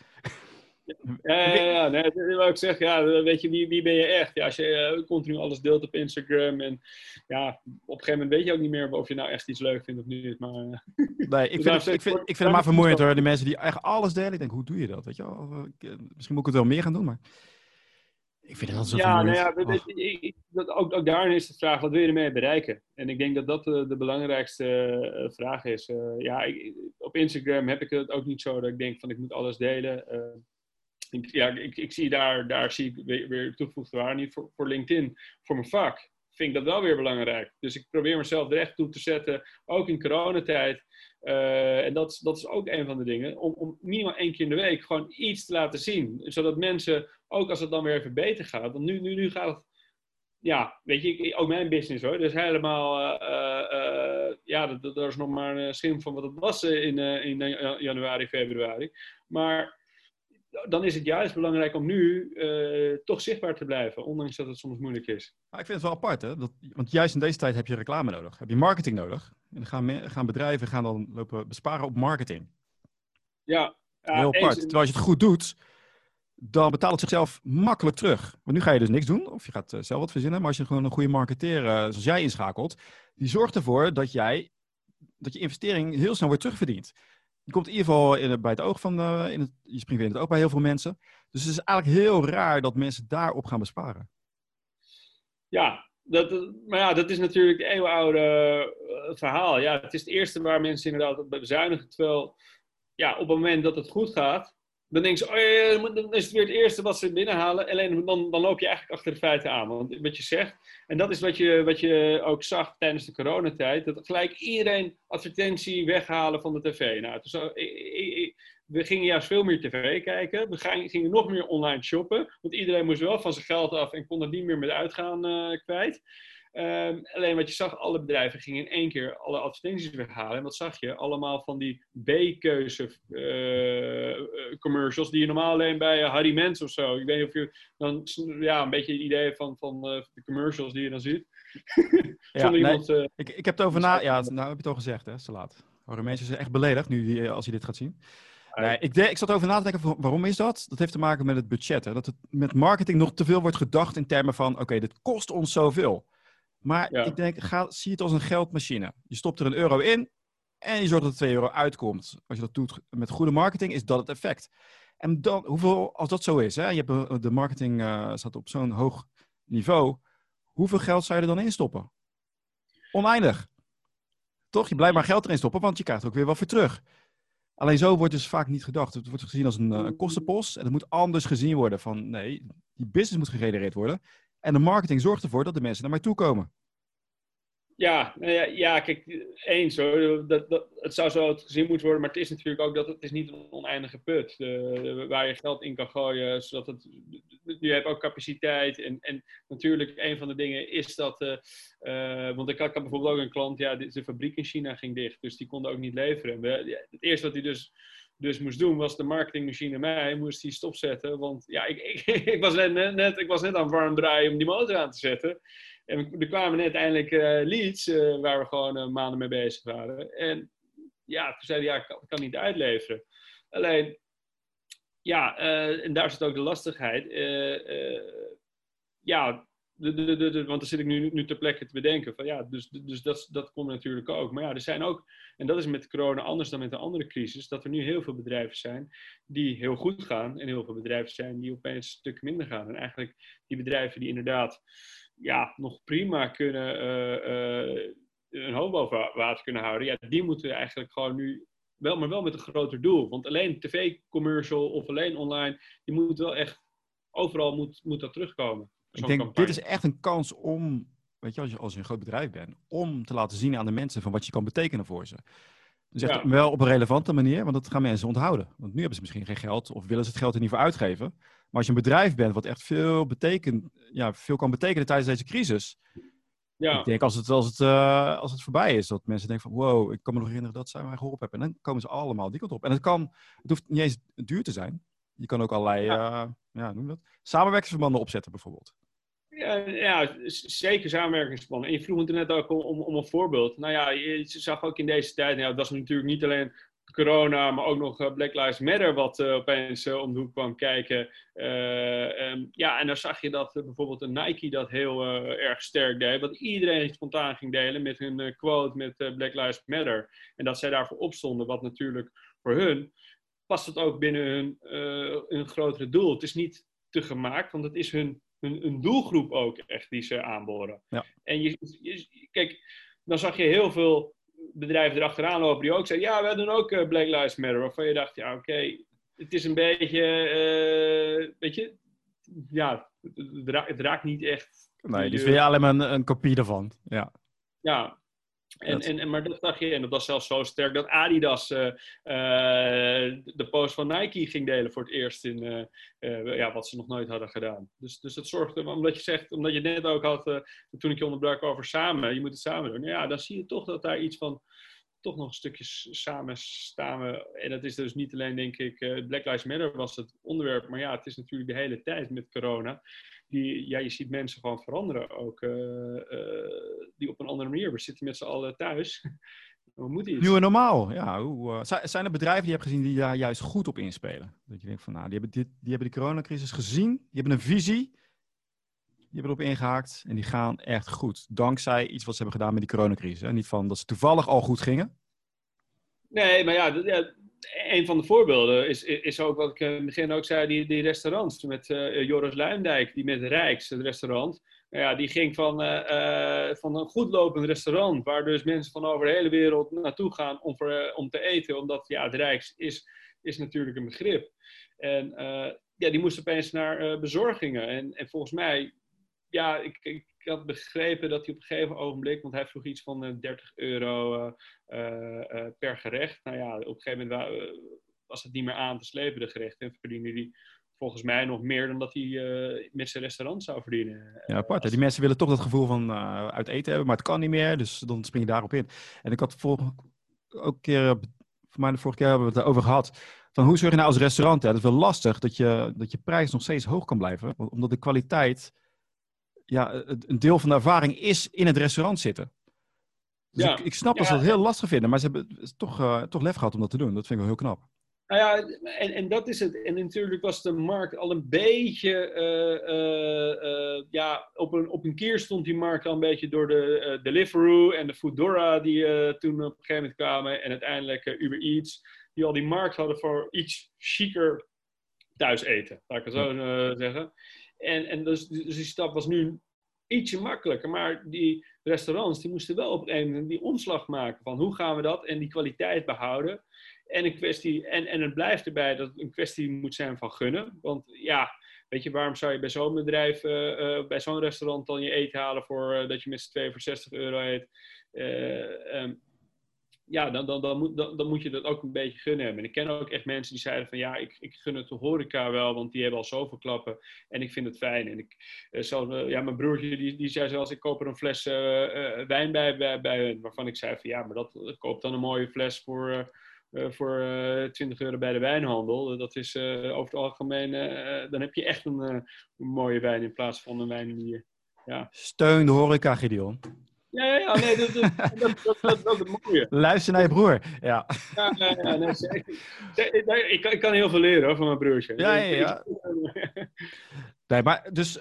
[SPEAKER 2] Nee, dat wil ik zeggen. Weet je, wie ben je echt? Ja, als je continu alles deelt op Instagram en op een gegeven moment weet je ook niet meer of je nou echt iets leuk vindt of niet. Maar,
[SPEAKER 1] nee, ik vind het maar vermoeiend hoor. De mensen die echt alles delen. Ik denk, hoe doe je dat? Weet je wel? Misschien moet ik het wel meer gaan doen, maar... Ik vind het altijd zo vermoeiend.
[SPEAKER 2] Ook daarin is de vraag, wat wil je ermee bereiken? En ik denk dat dat de belangrijkste vraag is. Op Instagram heb ik het ook niet zo dat ik denk van ik moet alles delen. Ik zie daar zie ik weer toegevoegde waarde niet voor LinkedIn. Voor mijn vak vind ik dat wel weer belangrijk. Dus ik probeer mezelf er echt toe te zetten, ook in coronatijd. En dat is ook een van de dingen. Om minimaal 1 keer in de week gewoon iets te laten zien. Zodat mensen, ook als het dan weer even beter gaat. Want nu gaat het... Ja, weet je, ook mijn business hoor. Dus helemaal... dat is nog maar een schim van wat het was in januari, februari. Maar dan is het juist belangrijk om nu toch zichtbaar te blijven. Ondanks dat het soms moeilijk is.
[SPEAKER 1] Maar ik vind het wel apart, hè? Want juist in deze tijd heb je reclame nodig. Heb je marketing nodig. En dan gaan bedrijven dan lopen besparen op marketing.
[SPEAKER 2] Ja.
[SPEAKER 1] Heel apart. Terwijl als je het goed doet, dan betaalt het zichzelf makkelijk terug. Want nu ga je dus niks doen. Of je gaat zelf wat verzinnen. Maar als je gewoon een goede marketeer, zoals jij inschakelt, die zorgt ervoor dat je investering heel snel weer terugverdient. Je komt in ieder geval bij het oog je springt weer in het oog bij heel veel mensen. Dus het is eigenlijk heel raar dat mensen daarop gaan besparen.
[SPEAKER 2] Ja, dat is natuurlijk het eeuwenoude verhaal. Ja, het is het eerste waar mensen inderdaad op bezuinigen. Terwijl, op het moment dat het goed gaat, dan denken ze, dan is het weer het eerste wat ze binnenhalen. Alleen dan loop je eigenlijk achter de feiten aan. Want wat je zegt, en dat is wat je ook zag tijdens de coronatijd, dat gelijk iedereen advertentie weghalen van de tv. Nou, we gingen juist veel meer tv kijken. We gingen nog meer online shoppen. Want iedereen moest wel van zijn geld af en kon het niet meer met uitgaan kwijt. Alleen wat je zag, alle bedrijven gingen in 1 keer alle advertenties weghalen. En wat zag je? Allemaal van die B-keuze commercials die je normaal alleen bij Harry Mens of zo. Ik weet niet of je dan een beetje het idee van de commercials die je dan ziet.
[SPEAKER 1] Ik heb het over nou heb je het al gezegd, hè? Te laat. Harry Mens is echt beledigd nu als hij dit gaat zien. Nee, ik zat erover na te denken, waarom is dat? Dat heeft te maken met het budget. Hè? Dat het met marketing nog te veel wordt gedacht in termen van, oké, dit kost ons zoveel. Maar
[SPEAKER 2] Ja.
[SPEAKER 1] ik denk, zie het als een geldmachine. Je stopt er €1 in en je zorgt dat er €2 uitkomt. Als je dat doet met goede marketing, is dat het effect. En dan, als dat zo is, hè, je hebt, de marketing staat op zo'n hoog niveau, hoeveel geld zou je er dan in stoppen? Oneindig. Toch? Je blijft maar geld erin stoppen, want je krijgt er ook weer wat voor terug. Alleen zo wordt dus vaak niet gedacht. Het wordt gezien als een kostenpost. En het moet anders gezien worden. Van nee, die business moet gegenereerd worden. En de marketing zorgt ervoor dat de mensen naar mij toe komen.
[SPEAKER 2] Ja, nou ja, kijk, eens hoor. Het zou zo gezien moeten worden, maar het is natuurlijk ook dat het is niet een oneindige put waar je geld in kan gooien, zodat je hebt ook capaciteit. En natuurlijk, een van de dingen is dat, want ik had bijvoorbeeld ook een klant, ja, de fabriek in China ging dicht, dus die konden ook niet leveren. Het eerste wat hij dus moest doen, was de marketingmachine mij, moest hij stopzetten, want ja, ik was net aan warm draaien om die motor aan te zetten. En er kwamen net eindelijk leads waar we gewoon maanden mee bezig waren. En ja, toen zei hij, ja, ik kan niet uitleveren. Alleen, ja, en daar zit ook de lastigheid. Ja, want dan zit ik nu ter plekke te bedenken. Van, ja, dus dat komt natuurlijk ook. Maar ja, er zijn ook, en dat is met corona anders dan met een andere crisis, dat er nu heel veel bedrijven zijn die heel goed gaan. En heel veel bedrijven zijn die opeens een stuk minder gaan. En eigenlijk die bedrijven die inderdaad ja, nog prima kunnen een hoofd boven water kunnen houden. Ja, die moeten eigenlijk gewoon nu maar wel met een groter doel. Want alleen tv-commercial of alleen online, die moet wel echt, overal moet dat terugkomen.
[SPEAKER 1] Ik denk, dit is echt een kans om, weet je, als je een groot bedrijf bent, om te laten zien aan de mensen van wat je kan betekenen voor ze. Dus echt wel op een relevante manier, want dat gaan mensen onthouden. Want nu hebben ze misschien geen geld of willen ze het geld er niet voor uitgeven. Maar als je een bedrijf bent wat echt veel kan betekenen tijdens deze crisis. Ja. Ik denk als het voorbij is, dat mensen denken van wow, ik kan me nog herinneren dat zij mij geholpen hebben. En dan komen ze allemaal die kant op. En het hoeft niet eens duur te zijn. Je kan ook allerlei samenwerkingsverbanden opzetten bijvoorbeeld.
[SPEAKER 2] Ja, zeker samenwerkingsverbanden. En je vroeg me net ook om een voorbeeld. Nou ja, je zag ook in deze tijd, nou, dat was natuurlijk niet alleen corona, maar ook nog Black Lives Matter wat opeens om de hoek kwam kijken. En dan zag je dat bijvoorbeeld een Nike dat heel erg sterk deed. Want iedereen spontaan ging delen met hun quote met Black Lives Matter. En dat zij daarvoor opstonden, wat natuurlijk voor hun past het ook binnen hun grotere doel. Het is niet te gemaakt, want het is hun doelgroep ook echt die ze aanboren. Ja. En kijk, dan zag je heel veel bedrijven erachteraan lopen die ook zeiden, ja, wij doen ook Black Lives Matter. Waarvan je dacht, ja, oké, het is een beetje, weet je, ja, het raakt niet echt.
[SPEAKER 1] Nee, dus wil je alleen maar een kopie daarvan. Ja.
[SPEAKER 2] Ja. Maar dat zag je, en dat was zelfs zo sterk dat Adidas de post van Nike ging delen voor het eerst in wat ze nog nooit hadden gedaan. Dus het zorgde, omdat je het net ook had, toen ik je onderbrak over samen, je moet het samen doen. Ja, dan zie je toch dat daar iets van, toch nog een stukje samen staan. En dat is dus niet alleen, denk ik, Black Lives Matter was het onderwerp, maar ja, het is natuurlijk de hele tijd met corona. Je ziet mensen gewoon veranderen ook. Die op een andere manier. We zitten met z'n allen thuis. We moeten iets.
[SPEAKER 1] Nieuwe normaal. Ja, zijn er bedrijven die je hebt gezien die daar juist goed op inspelen? Dat je denkt van, nou, die hebben de coronacrisis gezien. Die hebben een visie. Die hebben erop ingehaakt. En die gaan echt goed. Dankzij iets wat ze hebben gedaan met die coronacrisis. Hè? Niet van dat ze toevallig al goed gingen.
[SPEAKER 2] Nee, maar ja, een van de voorbeelden is ook wat ik in het begin ook zei, die restaurants. Met Joris Luijendijk, die met Rijks, het restaurant. Ja, die ging van een goed lopend restaurant, waar dus mensen van over de hele wereld naartoe gaan om te eten. Omdat, ja, het Rijks is natuurlijk een begrip. En die moest opeens naar bezorgingen. En volgens mij, ja, ik had begrepen dat hij op een gegeven ogenblik, want hij vroeg iets van €30 per gerecht. Nou ja, op een gegeven moment was het niet meer aan te slepen, de gerechten. En verdiende hij volgens mij nog meer dan dat hij met zijn restaurant zou verdienen.
[SPEAKER 1] Ja, apart. Die mensen willen toch dat gevoel van uit eten hebben, maar het kan niet meer. Dus dan spring je daarop in. En ik had voor mij de vorige keer hebben we het erover gehad. Van hoe zorg je nou als restaurant? Ja, dat is wel lastig dat je prijs nog steeds hoog kan blijven. Omdat de kwaliteit, ja, een deel van de ervaring is in het restaurant zitten. Dus ik snap dat ze het heel lastig vinden, maar ze hebben toch lef gehad om dat te doen. Dat vind ik wel heel knap.
[SPEAKER 2] Nou ja, en dat is het. En natuurlijk was de markt al een beetje... ja, op een keer stond die markt al een beetje door de Deliveroo en de Foodora die toen op een gegeven moment kwamen. En uiteindelijk Uber Eats, die al die markt hadden voor iets chiquer thuis eten. Laat ik het zo zeggen. En dus die stap was nu ietsje makkelijker. Maar die restaurants die moesten wel op een moment die omslag maken van hoe gaan we dat en die kwaliteit behouden. En het blijft erbij dat het een kwestie moet zijn van gunnen. Want ja, weet je, waarom zou je bij zo'n bedrijf, bij zo'n restaurant dan je eten halen voor dat je met z'n tweeën voor €60 eet? Ja, dan moet je dat ook een beetje gunnen hebben. En ik ken ook echt mensen die zeiden van ja, ik gun het de horeca wel, want die hebben al zoveel klappen en ik vind het fijn. En mijn broertje die zei zelfs, ik koop er een fles wijn bij hun, waarvan ik zei van ja, maar dat koopt dan een mooie fles voor €20 bij de wijnhandel. Dat is over het algemeen, dan heb je echt een mooie wijn in plaats van een wijn die... Ja.
[SPEAKER 1] Steun de horeca, Gideon.
[SPEAKER 2] Ja, nee, dat is het mooie.
[SPEAKER 1] Luister naar je broer. Ja.
[SPEAKER 2] Ja, nee, zeker. Ik kan heel veel leren hoor, van mijn broertje.
[SPEAKER 1] Ja. Nee, maar dus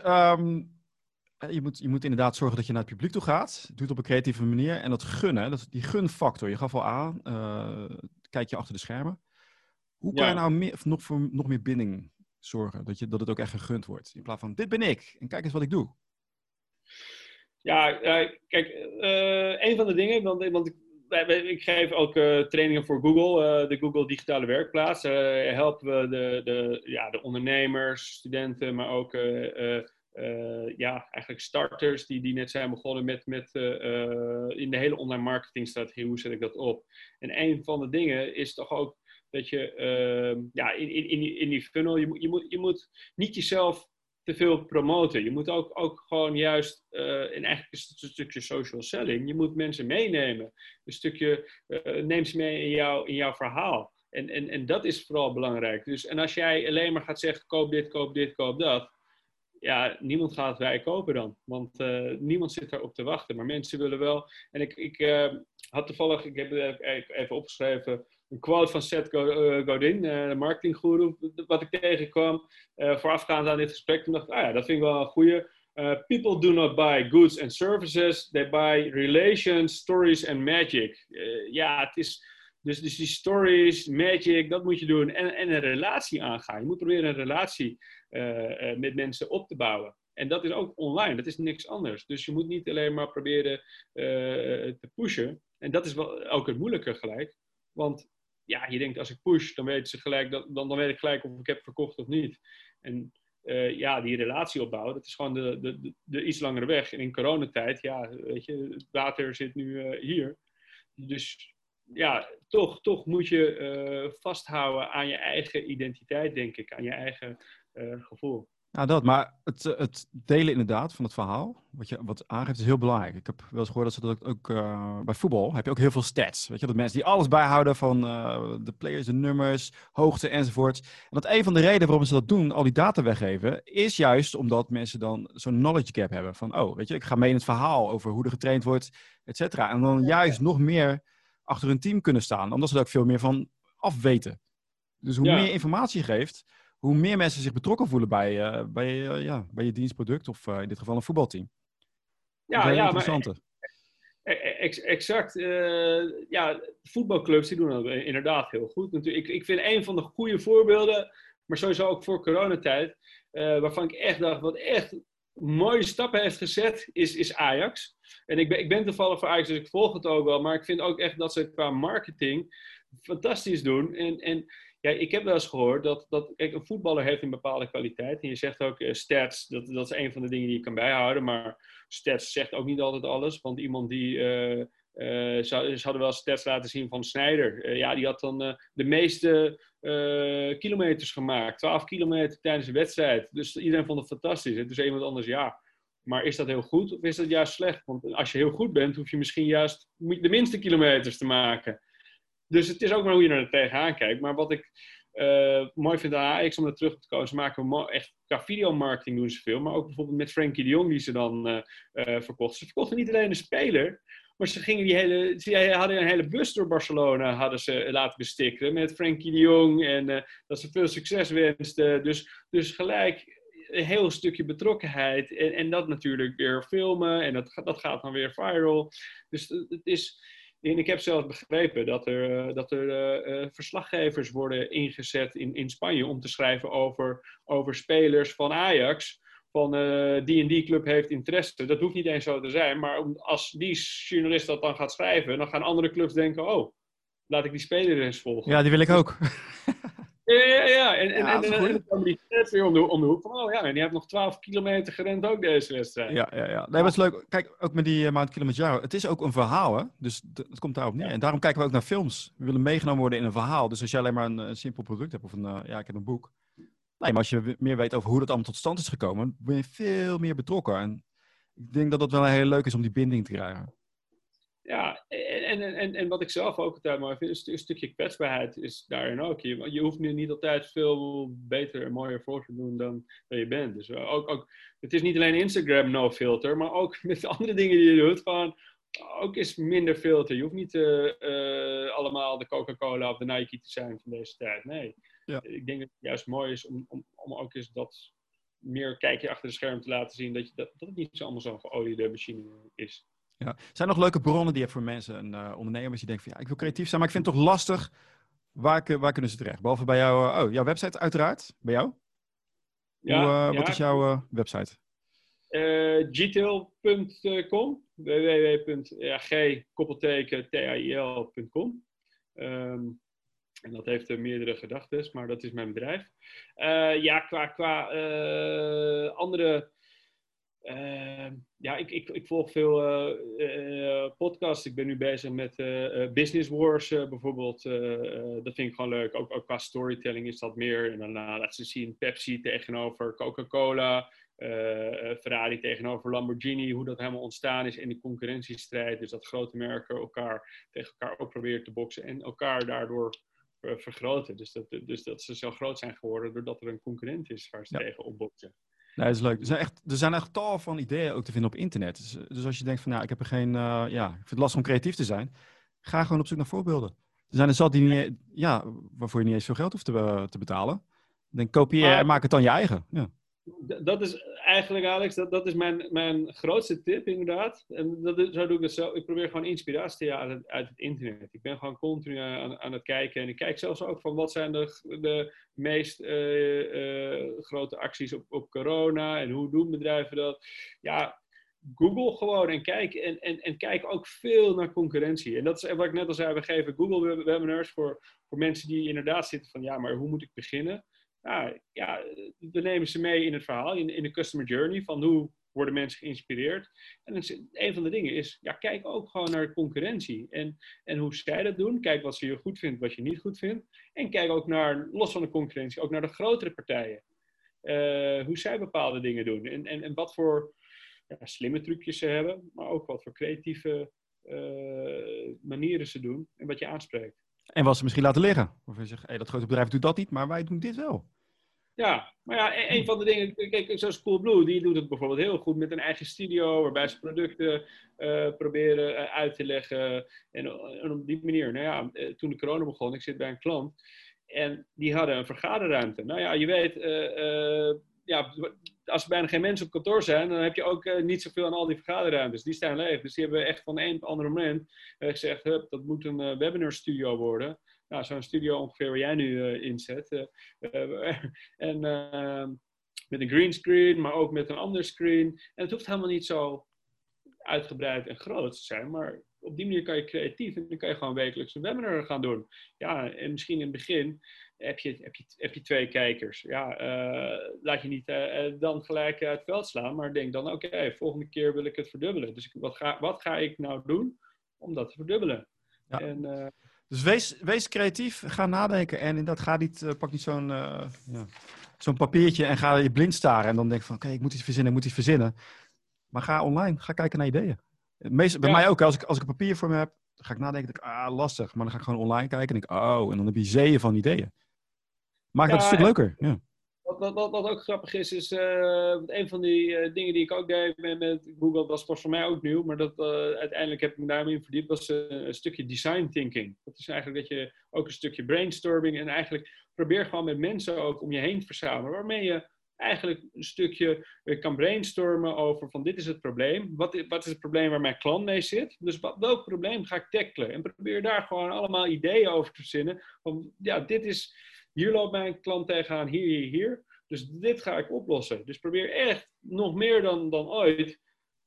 [SPEAKER 1] je moet inderdaad zorgen dat je naar het publiek toe gaat. Doe het op een creatieve manier. En dat gunnen, die gunfactor, je gaf al aan. Kijk je achter de schermen. Hoe kan je nou voor nog meer binding zorgen? Dat het ook echt gegund wordt. In plaats van, dit ben ik. En kijk eens wat ik doe.
[SPEAKER 2] Ja, kijk, een van de dingen, want ik geef ook trainingen voor Google, de Google Digitale Werkplaats. Helpen we de ondernemers, studenten, maar ook eigenlijk starters die net zijn begonnen met in de hele online marketingstrategie. Hoe zet ik dat op? En een van de dingen is toch ook dat je in die funnel, je moet niet jezelf te veel promoten. Je moet ook gewoon juist, en eigenlijk is het een stukje social selling, je moet mensen meenemen. Een stukje, neem ze mee in jouw verhaal. En dat is vooral belangrijk. Dus, en als jij alleen maar gaat zeggen, koop dit, koop dit, koop dat. Ja, niemand gaat wij kopen dan. Want niemand zit daarop te wachten. Maar mensen willen wel. En ik had toevallig, ik heb even opgeschreven, een quote van Seth Godin, de marketinggoeroe, wat ik tegenkwam voorafgaand aan dit gesprek. Toen dacht ik, dat vind ik wel een goeie. People do not buy goods and services, they buy relations, stories and magic. Het is dus die stories, magic, dat moet je doen. En een relatie aangaan. Je moet proberen een relatie met mensen op te bouwen. En dat is ook online, dat is niks anders. Dus je moet niet alleen maar proberen te pushen. En dat is wel ook het moeilijke gelijk. Want ja, je denkt als ik push, dan weten ze gelijk dan weet ik gelijk of ik heb verkocht of niet. En die relatie opbouwen, dat is gewoon de iets langere weg. En in coronatijd, ja, weet je, het water zit nu hier. Dus ja, toch moet je vasthouden aan je eigen identiteit, denk ik. Aan je eigen gevoel.
[SPEAKER 1] Nou, maar het delen inderdaad van het verhaal, wat aangeeft, is heel belangrijk. Ik heb wel eens gehoord dat ze dat ook bij voetbal, heb je ook heel veel stats. Weet je, dat mensen die alles bijhouden van de players, de nummers, hoogte enzovoort. En dat een van de redenen waarom ze dat doen, al die data weggeven, is juist omdat mensen dan zo'n knowledge gap hebben. Van, weet je, ik ga mee in het verhaal over hoe er getraind wordt, et cetera. En dan juist nog meer achter hun team kunnen staan, omdat ze er ook veel meer van afweten. Dus hoe meer informatie je geeft, hoe meer mensen zich betrokken voelen bij je dienstproduct of in dit geval een voetbalteam.
[SPEAKER 2] Maar exact. Voetbalclubs die doen dat inderdaad heel goed. Ik vind een van de goede voorbeelden, maar sowieso ook voor coronatijd, waarvan ik echt dacht, wat echt mooie stappen heeft gezet, is Ajax. En ik ben toevallig voor Ajax, dus ik volg het ook wel. Maar ik vind ook echt dat ze qua marketing fantastisch doen. En ja, ik heb wel eens gehoord dat kijk, een voetballer heeft een bepaalde kwaliteit. En je zegt ook stats, dat is een van de dingen die je kan bijhouden. Maar stats zegt ook niet altijd alles. Want iemand die... ze hadden wel stats laten zien van Sneijder. Die had dan de meeste kilometers gemaakt. 12 kilometer tijdens de wedstrijd. Dus iedereen vond het fantastisch. En toen zei iemand anders, ja... Maar is dat heel goed of is dat juist slecht? Want als je heel goed bent, hoef je misschien juist de minste kilometers te maken. Dus het is ook maar hoe je er tegenaan kijkt. Maar wat ik mooi vind aan Ajax, om er terug te komen, ze maken echt qua videomarketing doen ze veel. Maar ook bijvoorbeeld met Frenkie de Jong die ze dan verkochten. Ze verkochten niet alleen een speler, Maar ze hadden een hele bus door Barcelona hadden ze laten bestikken met Frenkie de Jong en dat ze veel succes wensten. Dus gelijk een heel stukje betrokkenheid en dat natuurlijk weer filmen en dat gaat dan weer viral. Dus het is... En ik heb zelfs begrepen dat er verslaggevers worden ingezet in Spanje om te schrijven over spelers van Ajax. Van die en die club heeft interesse. Dat hoeft niet eens zo te zijn. Maar als die journalist dat dan gaat schrijven, dan gaan andere clubs denken, oh, laat ik die speler eens volgen.
[SPEAKER 1] Ja, die wil ik ook.
[SPEAKER 2] Ja. En dan komen die fans weer om de hoek van, oh ja, en die heeft nog 12 kilometer gerend ook deze wedstrijd.
[SPEAKER 1] Ja. Nee, dat is leuk. Kijk, ook met die Mount Kilimanjaro. Het is ook een verhaal, hè? Dus het komt daarop neer. Ja. En daarom kijken we ook naar films. We willen meegenomen worden in een verhaal. Dus als jij alleen maar een simpel product hebt of ik heb een boek. Nee, maar als je meer weet over hoe dat allemaal tot stand is gekomen, ben je veel meer betrokken. En ik denk dat het wel heel leuk is om die binding te krijgen.
[SPEAKER 2] Ja, en wat ik zelf ook altijd mooi vind, is een stukje kwetsbaarheid is daarin ook. Je hoeft nu niet altijd veel beter en mooier voor te doen dan je bent. Dus ook, het is niet alleen Instagram no filter, maar ook met de andere dingen die je doet, gewoon ook eens minder filter. Je hoeft niet allemaal de Coca-Cola of de Nike te zijn van deze tijd. Nee, ik denk dat het juist mooi is om ook eens dat meer kijkje achter de scherm te laten zien, dat het niet zo allemaal zo'n geoliede machine is.
[SPEAKER 1] Ja. Zijn er nog leuke bronnen die je hebt voor mensen en ondernemers die denken van ik wil creatief zijn, maar ik vind het toch lastig. Waar kunnen ze terecht? Behalve bij jouw website uiteraard. Bij jou? Wat is jouw website?
[SPEAKER 2] gtail.com www.g-tail.com En dat heeft meerdere gedachten, maar dat is mijn bedrijf. Qua andere... ik volg veel podcasts. Ik ben nu bezig met Business Wars bijvoorbeeld. Dat vind ik gewoon leuk. Ook qua storytelling is dat meer. En dan laten ze zien Pepsi tegenover Coca-Cola. Ferrari tegenover Lamborghini. Hoe dat helemaal ontstaan is in de concurrentiestrijd. Dus dat grote merken tegen elkaar ook proberen te boksen. En elkaar daardoor vergroten. Dus dat ze zo groot zijn geworden doordat er een concurrent is waar ze tegen opboksen.
[SPEAKER 1] Nee, dat is leuk. Er zijn echt tal van ideeën ook te vinden op internet. Dus als je denkt van, ik heb er geen... ik vind het lastig om creatief te zijn. Ga gewoon op zoek naar voorbeelden. Er zijn er zat die waarvoor je niet eens veel geld hoeft te betalen. Dan kopieer en maak het dan je eigen. Ja.
[SPEAKER 2] Dat is eigenlijk, Alex, dat is mijn grootste tip inderdaad. En zo doe ik het zo. Ik probeer gewoon inspiratie te halen uit het internet. Ik ben gewoon continu aan het kijken. En ik kijk zelfs ook van wat zijn de meest grote acties op corona. En hoe doen bedrijven dat? Ja, Google gewoon en kijk. En kijk ook veel naar concurrentie. En dat is wat ik net al zei. We geven Google webinars voor mensen die inderdaad zitten van maar hoe moet ik beginnen? We nemen ze mee in het verhaal, in de customer journey, van hoe worden mensen geïnspireerd. En een van de dingen is, kijk ook gewoon naar de concurrentie. En hoe zij dat doen, kijk wat je goed vindt, wat je niet goed vindt. En kijk ook los van de concurrentie, ook naar de grotere partijen. Hoe zij bepaalde dingen doen. En wat voor slimme trucjes ze hebben, maar ook wat voor creatieve manieren ze doen en wat je aanspreekt.
[SPEAKER 1] En wat ze misschien laten liggen. Of je zegt, dat grote bedrijf doet dat niet, maar wij doen dit wel.
[SPEAKER 2] Ja, maar een van de dingen, kijk, zoals Coolblue, die doet het bijvoorbeeld heel goed met een eigen studio, waarbij ze producten proberen uit te leggen. En op die manier, toen de corona begon, ik zit bij een klant, en die hadden een vergaderruimte. Je weet, als er bijna geen mensen op kantoor zijn, dan heb je ook niet zoveel aan al die vergaderruimtes. Die staan leeg. Dus die hebben echt van een op het andere moment gezegd, dat moet een webinar studio worden. Nou, zo'n studio ongeveer waar jij nu inzet. Met een green screen, maar ook met een ander screen. En het hoeft helemaal niet zo uitgebreid en groot te zijn, maar op die manier kan je creatief en dan kan je gewoon wekelijks een webinar gaan doen. Ja, en misschien in het begin heb je 2 kijkers. Laat je niet dan gelijk uit het veld slaan, maar denk dan, oké, volgende keer wil ik het verdubbelen. Dus wat ga ik nou doen om dat te verdubbelen?
[SPEAKER 1] Ja. Dus wees creatief, ga nadenken en inderdaad pak niet zo'n papiertje en ga je blind staren en dan denk van oké, ik moet iets verzinnen. Maar ga online, ga kijken naar ideeën. Bij mij ook, als ik een papier voor me heb, dan ga ik nadenken, lastig. Maar dan ga ik gewoon online kijken en denk en dan heb je zeeën van ideeën. Maak het een stuk leuker. Ja.
[SPEAKER 2] Wat ook grappig is een van die dingen die ik ook deed met Google, dat was voor mij ook nieuw, maar uiteindelijk heb ik me daarmee verdiept, was een stukje design thinking. Dat is eigenlijk dat je ook een stukje brainstorming en eigenlijk probeer gewoon met mensen ook om je heen te verzamelen, waarmee je eigenlijk een stukje kan brainstormen over van dit is het probleem, wat is het probleem waar mijn klant mee zit, dus welk probleem ga ik tackelen en probeer daar gewoon allemaal ideeën over te verzinnen, van ja, hier loopt mijn klant tegenaan, hier. Dus dit ga ik oplossen. Dus probeer echt nog meer dan ooit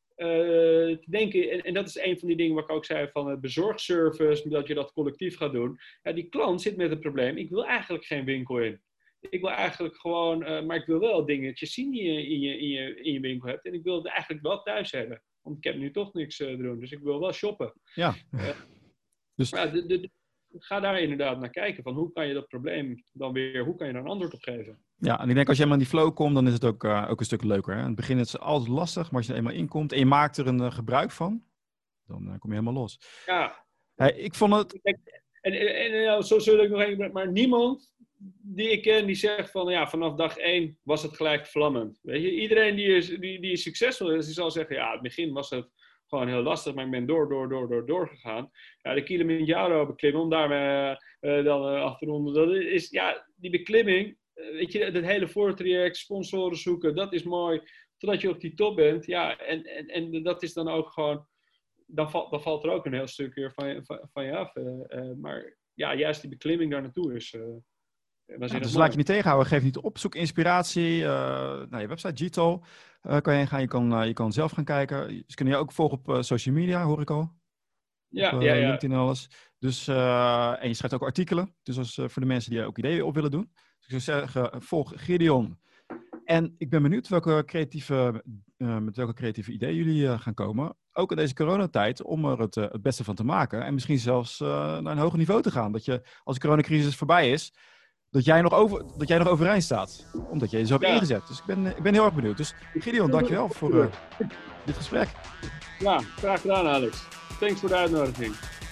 [SPEAKER 2] te denken. En dat is een van die dingen wat ik ook zei van het bezorgservice, dat je dat collectief gaat doen. Ja, die klant zit met een probleem. Ik wil eigenlijk geen winkel in. Ik wil eigenlijk gewoon, maar ik wil wel dingetjes zien die je in je winkel hebt. En ik wil het eigenlijk wel thuis hebben. Want ik heb nu toch niks te doen. Dus ik wil wel shoppen.
[SPEAKER 1] Ja.
[SPEAKER 2] Dus ga daar inderdaad naar kijken. Van hoe kan je dat probleem dan weer, hoe kan je daar een antwoord op geven?
[SPEAKER 1] Ja, en ik denk als je helemaal in die flow komt, dan is het ook een stuk leuker. Hè? In het begin is het altijd lastig, maar als je er eenmaal in komt en je maakt er een gebruik van, dan kom je helemaal los.
[SPEAKER 2] Ja.
[SPEAKER 1] Hey, ik vond het...
[SPEAKER 2] En zo zul ik nog één, maar niemand die ik ken die zegt van ja, vanaf dag 1 was het gelijk vlammend. Weet je, iedereen die succesvol is, die zal zeggen ja, in het begin was het gewoon heel lastig, maar ik ben door gegaan. Ja, de Kilimanjaro beklimmen, om daar dan af te ronden, dat is ja, die beklimming, weet je, het hele voortraject, sponsoren zoeken, dat is mooi, totdat je op die top bent. Ja, en dat is dan ook gewoon, dan valt er ook een heel stuk weer van je af. Maar ja, juist die beklimming daar naartoe is...
[SPEAKER 1] dus laat je niet tegenhouden, geef niet op, zoek inspiratie. Naar je website, Gtol, kan je heen gaan. Je kan zelf gaan kijken. Ze kunnen je ook volgen op social media, hoor ik al.
[SPEAKER 2] Ja,
[SPEAKER 1] op, LinkedIn en alles. Dus, en je schrijft ook artikelen. Dus als, voor de mensen die ook ideeën op willen doen. Dus ik zou zeggen, volg Gideon. En ik ben benieuwd met welke creatieve ideeën jullie gaan komen. Ook in deze coronatijd, om er het beste van te maken. En misschien zelfs naar een hoger niveau te gaan. Dat je, als de coronacrisis voorbij is, dat jij nog overeind staat. Omdat je je zo hebt ingezet. Dus ik ben heel erg benieuwd. Dus Gideon, dankjewel voor dit gesprek.
[SPEAKER 2] Ja, graag gedaan, Alex. Thanks voor de uitnodiging.